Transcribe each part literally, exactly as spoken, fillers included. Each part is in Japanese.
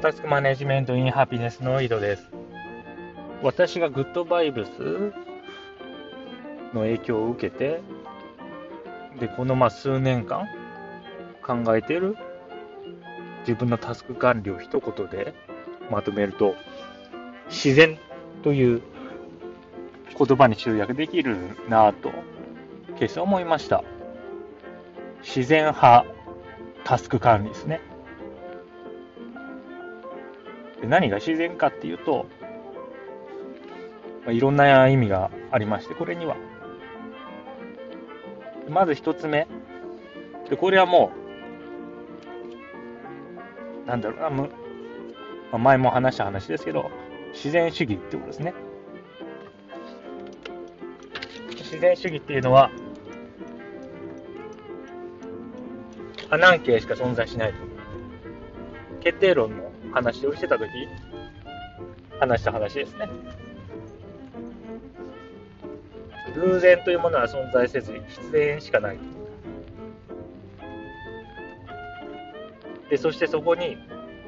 タスクマネジメントインハピネスの井戸です。私がグッドバイブスの影響を受けて、で、このまあ数年間考えている自分のタスク管理を一言でまとめると、自然という言葉に集約できるなぁと、決して思いました。自然派タスク管理ですね。で、何が自然かっていうと、まあ、いろんな意味がありまして、これには。まず一つ目。で、これはもう、なんだろうな、むまあ、前も話した話ですけど、自然主義ってことですね。自然主義っていうのは、アナンケしか存在しないと。決定論の話をしてたとき、話した話ですね。偶然というものは存在せず、必然しかない。で、そしてそこに、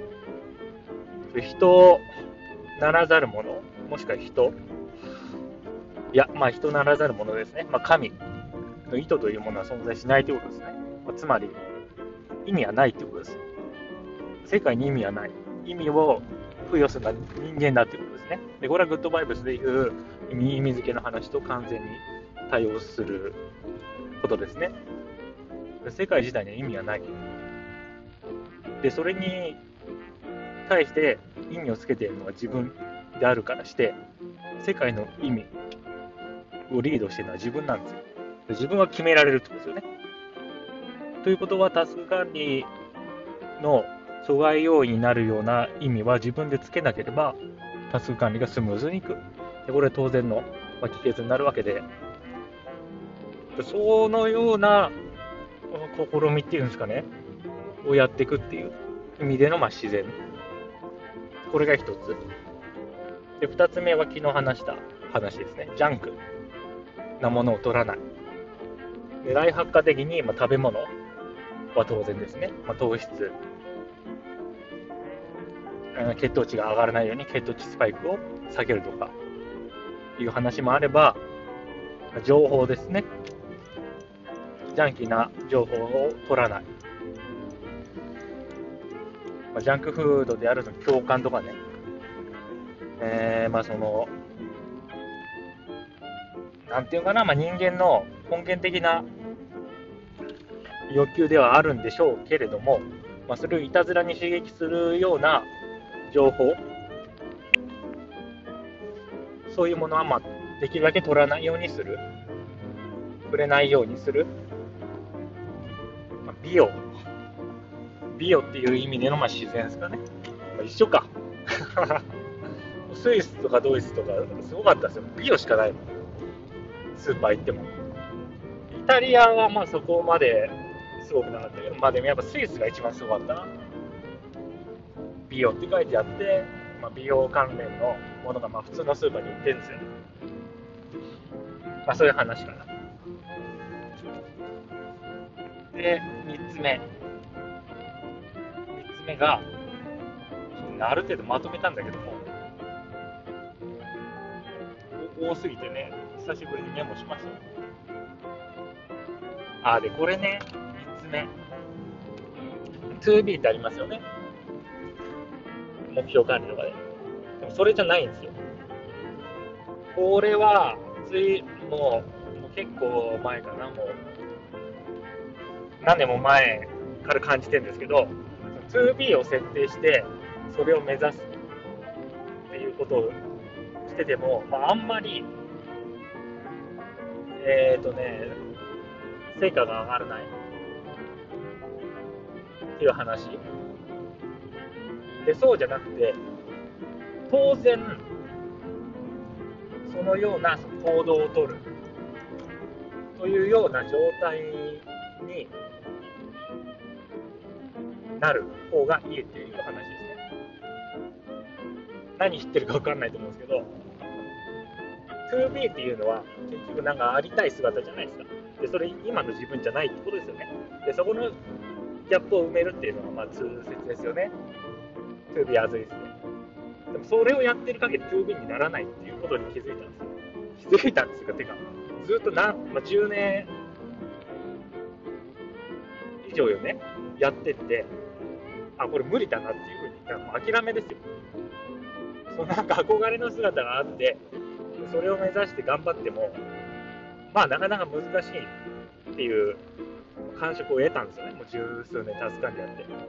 人ならざるもの、もしくは人、いや、まあ人ならざるものですね。まあ神の意図というものは存在しないということですね。まあ、つまり、意味はないということです。世界に意味はない。意味を付与するのは人間だということですね。で、これはグッドバイブスでいう意味、意味付けの話と完全に対応することですね。世界自体には意味はない。で、それに対して意味をつけているのは自分であるからして、世界の意味をリードしているのは自分なんですよ。自分は決められるってことですよね。ということは、タスク管理の阻害要因になるような意味は自分でつけなければ、タスク管理がスムーズにいく。で、これは当然の帰結になるわけで、そのような試みっていうんですかね、をやっていくっていう意味でのまあ自然。これが一つ。で、二つ目は昨日話した話ですね。ジャンクなものを取らない。で、ライフハッカー的に、まあ、食べ物は当然ですね。まあ、糖質、血糖値が上がらないように血糖値スパイクを下げるとかいう話もあれば、情報ですね。ジャンキーな情報を取らない。まあ、ジャンクフードであると共感とかね。えー、まあその、なんていうかな、まあ、人間の根源的な欲求ではあるんでしょうけれども、まあ、それをいたずらに刺激するような情報、そういうものはまあできるだけ取らないようにする、触れないようにする、まあ、美容、美容っていう意味でのまあ自然ですかね。まあ、一緒か。スイスとかドイツとかすごかったですよ。美容しかないもん。スーパー行っても。イタリアはまあそこまですごくなかったけど、まあでもやっぱスイスが一番すごかったな。美容って書いてあって、まあ、美容関連のものがまあ普通のスーパーに売ってるんですよね。まあそういう話かな。で、三つ目。三つ目が、ある程度まとめたんだけども、多すぎてね、久しぶりにメモしました。あ、で、これね、みっつめ。ツービー ってありますよね。目標管理とかで。でもそれじゃないんですよ。これは、つい、もう、もう結構前かな、もう、何年も前から感じてるんですけど、ツービー を設定して、それを目指すっていうことをしてても、まあ、あんまり、えっとね、成果が上がらないっていう話で、そうじゃなくて、当然そのような行動を取るというような状態になる方がいいっていう話ですね。何言ってるか分かんないと思うんですけど、ツービー っていうのは結局なんかありたい姿じゃないですか。で、それ今の自分じゃないってことですよね。で、そこのギャップを埋めるっていうのがまあ通説ですよね。 トゥービー as is ね。でもそれをやってる限り トゥービー にならないっていうことに気づいたんですよ。気づいたんですよ。てか、ずっとな、まあ、じゅうねん以上よね、やってって、あ、これ無理だなっていうふうに、もう諦めですよ。そのなんか憧れの姿があって、それを目指して頑張っても、まあなかなか難しいっていう感触を得たんですよね。もう十数年経つかにやって。でも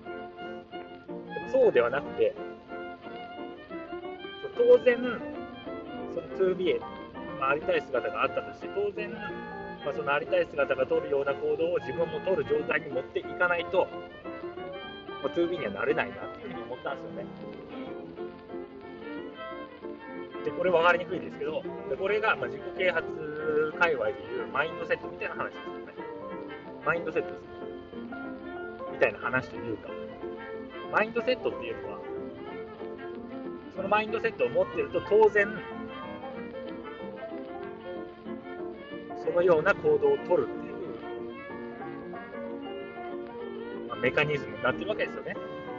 そうではなくて、当然、その トゥービー、まあ、ありたい姿があったとして、当然、まあ、そのありたい姿が取るような行動を自分も取る状態に持っていかないと、まあ、トゥービー にはなれないなっていうふうに思ったんですよね。で、これ分かりにくいですけど、でこれがまあ自己啓発界隈でいうマインドセットみたいな話ですよね。マインドセットですみたいな話というか、マインドセットっていうのは、そのマインドセットを持っていると当然そのような行動を取るっていう、まあ、メカニズムになってるわけですよね。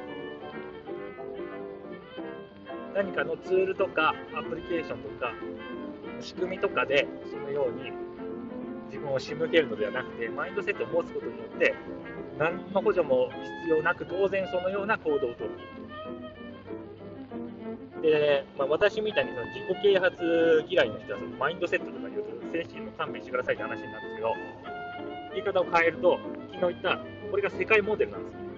何かのツールとかアプリケーションとか仕組みとかでそのように自分を仕向けるのではなくて、マインドセットを持つことによって何の補助も必要なく当然そのような行動を取る。で、まあ、私みたいにその自己啓発嫌いの人はそのマインドセットとか言うと精神の勘弁してくださいって話になるんですけど、言い方を変えると昨日言ったこれが世界モデルなんですよ。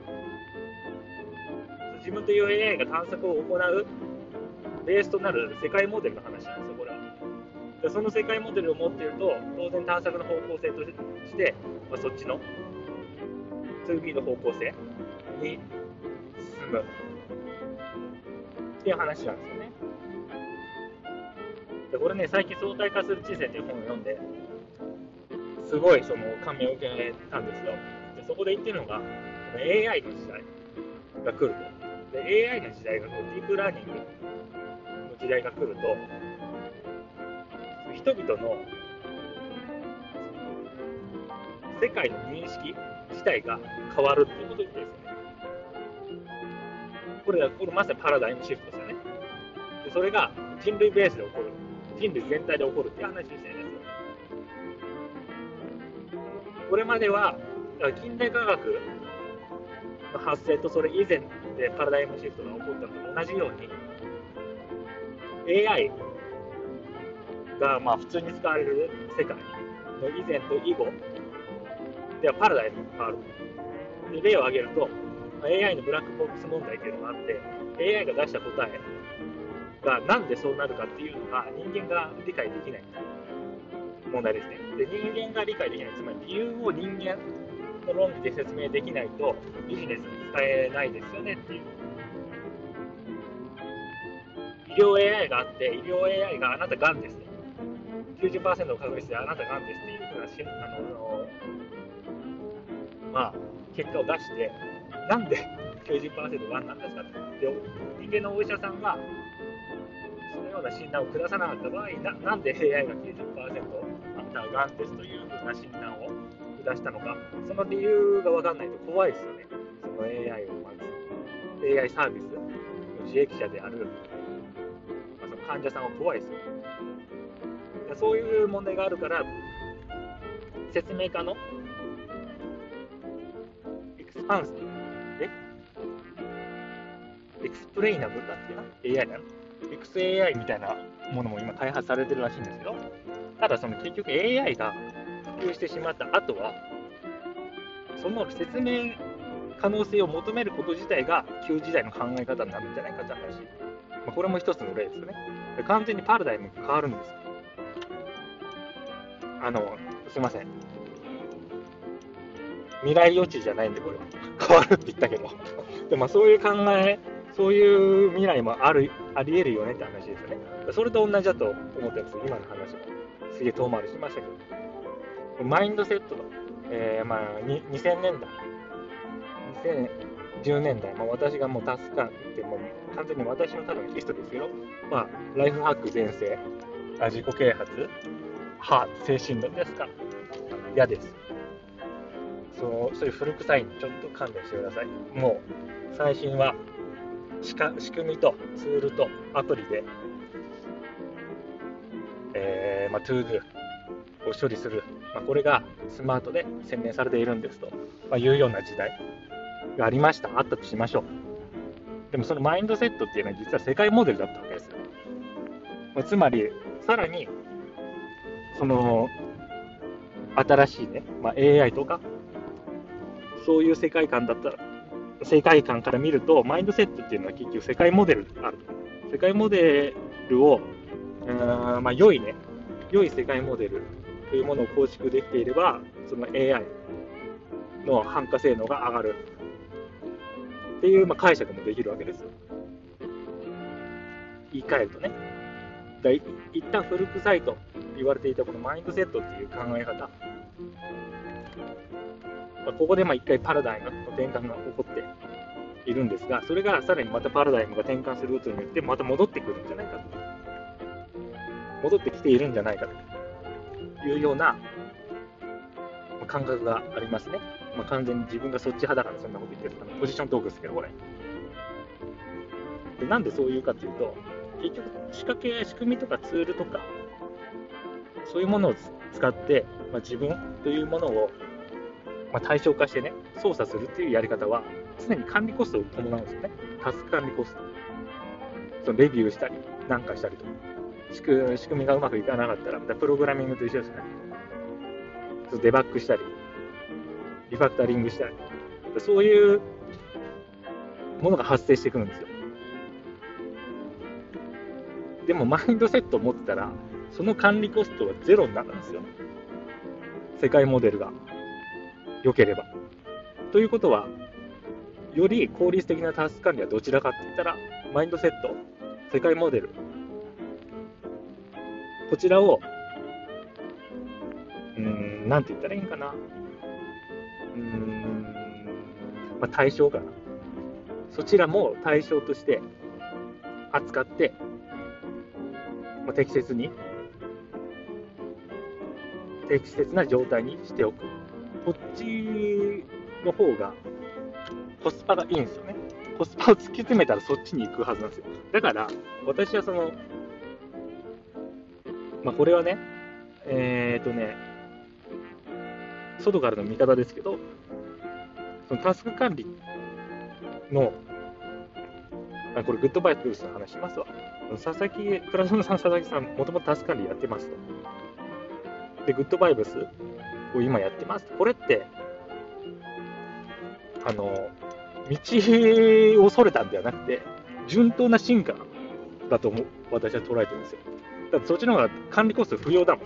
自分という エーアイ が探索を行うベースとなる世界モデルの話なんですよ、これは。でその世界モデルを持っていると当然探索の方向性として、まあ、そっちの ツービー の方向性に進むっていう話なんですよね。でこれね、最近相対化する知性っていう本を読んで、すごいその感銘を受けたんですよ。でそこで言ってるのが、エーアイ の時代が来ると。で エーアイ の時代が、ディープラーニングの時代が来ると、人々の世界の認識自体が変わるっていうことですよね。これはこれまさにパラダイムシフトですよね。でそれが人類ベースで起こる、人類全体で起こるっていう話ですよね。これまでは近代科学の発生とそれ以前でパラダイムシフトが起こったのと同じように、 エーアイ がまあ普通に使われる世界の以前と以後ではパラダイムが変わる。で例を挙げると、エーアイ のブラックボックス問題っていうのがあって、 エーアイ が出した答えがなんでそうなるかっていうのが人間が理解できない問題ですね。で人間が理解できない、つまり理由を人間の論理で説明できないとビジネスに使えないですよねっていう。医療 エーアイ があって、医療 エーアイ があなたがんですね、きゅうじゅっパーセントの確率であなたがんですっていうふうなしあのまあ結果を出して、なんで きゅうじゅっパーセント がんなんですかって、人間のお医者さんがそのような診断を下さなかった場合、 な, なんで エーアイ が きゅうじゅっパーセント あなたはがんですというふうな診断を下したのか、その理由が分かんないと怖いですよね。その エーアイ を待つ エーアイ サービスの受益者である、まあ、その患者さんは怖いですよ。そういう問題があるから、説明家のエクスパンスえエクスプレイナブルだっていうな エーアイ なの エックスエーアイ みたいなものも今開発されてるらしいんですけど、ただその結局 エーアイ が普及してしまった後は、その説明可能性を求めること自体が旧時代の考え方になるんじゃないかって話、まあ、これも一つの例ですよね。で完全にパラダイムが変わるんです。あのすいません、未来予知じゃないんでこれは変わるって言ったけどで、まあ、そういう考え、そういう未来もあるありえるよねって話ですよね。それと同じだと思ってるんです。今の話もすげえ遠回りしましたけど、マインドセットの、えーまあ、にせんねんだいにせんじゅうねんだい、まあ、私がもう助かってもう完全に私のためのヒストですけど、まあ、ライフハック全盛、自己啓発は精神論ですか、嫌です。そう、そういう古臭いにちょっと勘弁してください。もう最新はしか仕組みとツールとアプリで、えーまあ、トゥードゥを処理する、まあ、これがスマートで洗練されているんですと、まあ、いうような時代がありました。あったとしましょう。でもそのマインドセットっていうのは実は世界モデルだったわけですよ。まあ、つまりさらにその新しいね、まあ、エーアイ とかそういう世界観だったら世界観から見るとマインドセットっていうのは結局世界モデルがある。世界モデルをうーん、まあ、良いね良い世界モデルというものを構築できていればその エーアイ の汎化性能が上がるっていう、まあ、解釈もできるわけですよ。言い換えるとね。だい一旦古臭いと言われていたこのマインドセットっていう考え方、まあ、ここでまあ一回パラダイムの転換が起こっているんですが、それがさらにまたパラダイムが転換することによってまた戻ってくるんじゃないかと、戻ってきているんじゃないかというような感覚がありますね。まあ、完全に自分がそっち派だからそんなこと言ってるポジショントークですけど、これでなんでそういうかというと、結局仕掛け仕組みとかツールとかそういうものを使って、まあ、自分というものを、まあ、対象化してね操作するっていうやり方は常に管理コストを伴うんですよね。タスク管理コスト、そのレビューしたりなんかしたりとか、仕組仕組みがうまくいかなかったらまたプログラミングと一緒ですね。デバッグしたりリファクタリングしたり、そういうものが発生してくるんですよ。でもマインドセットを持ってたらその管理コストはゼロになるんですよ。世界モデルが良ければ。ということはより効率的なタスク管理はどちらかって言ったらマインドセット、世界モデル、こちらをうーんなんて言ったらいいんかな、うーん、まあ、対象かな、そちらも対象として扱ってまあ、適切に適切な状態にしておく。こっちの方がコスパがいいんですよね。コスパを突き詰めたらそっちに行くはずなんですよ。だから私はそのまあこれはねえっ、ー、とね外からの見方ですけど、そのタスク管理のあこれグッドバイブルスの話しますわ。佐々木、倉園さん、佐々木さん、もともとタスク管理やってますと。で、グッドバイブスを今やってます。これって、あの、道をそれたんではなくて、順当な進化だと思う私は捉えてるんですよ。だってそっちの方が管理コスト不要だもん。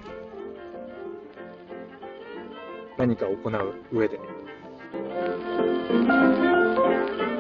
何かを行う上でね。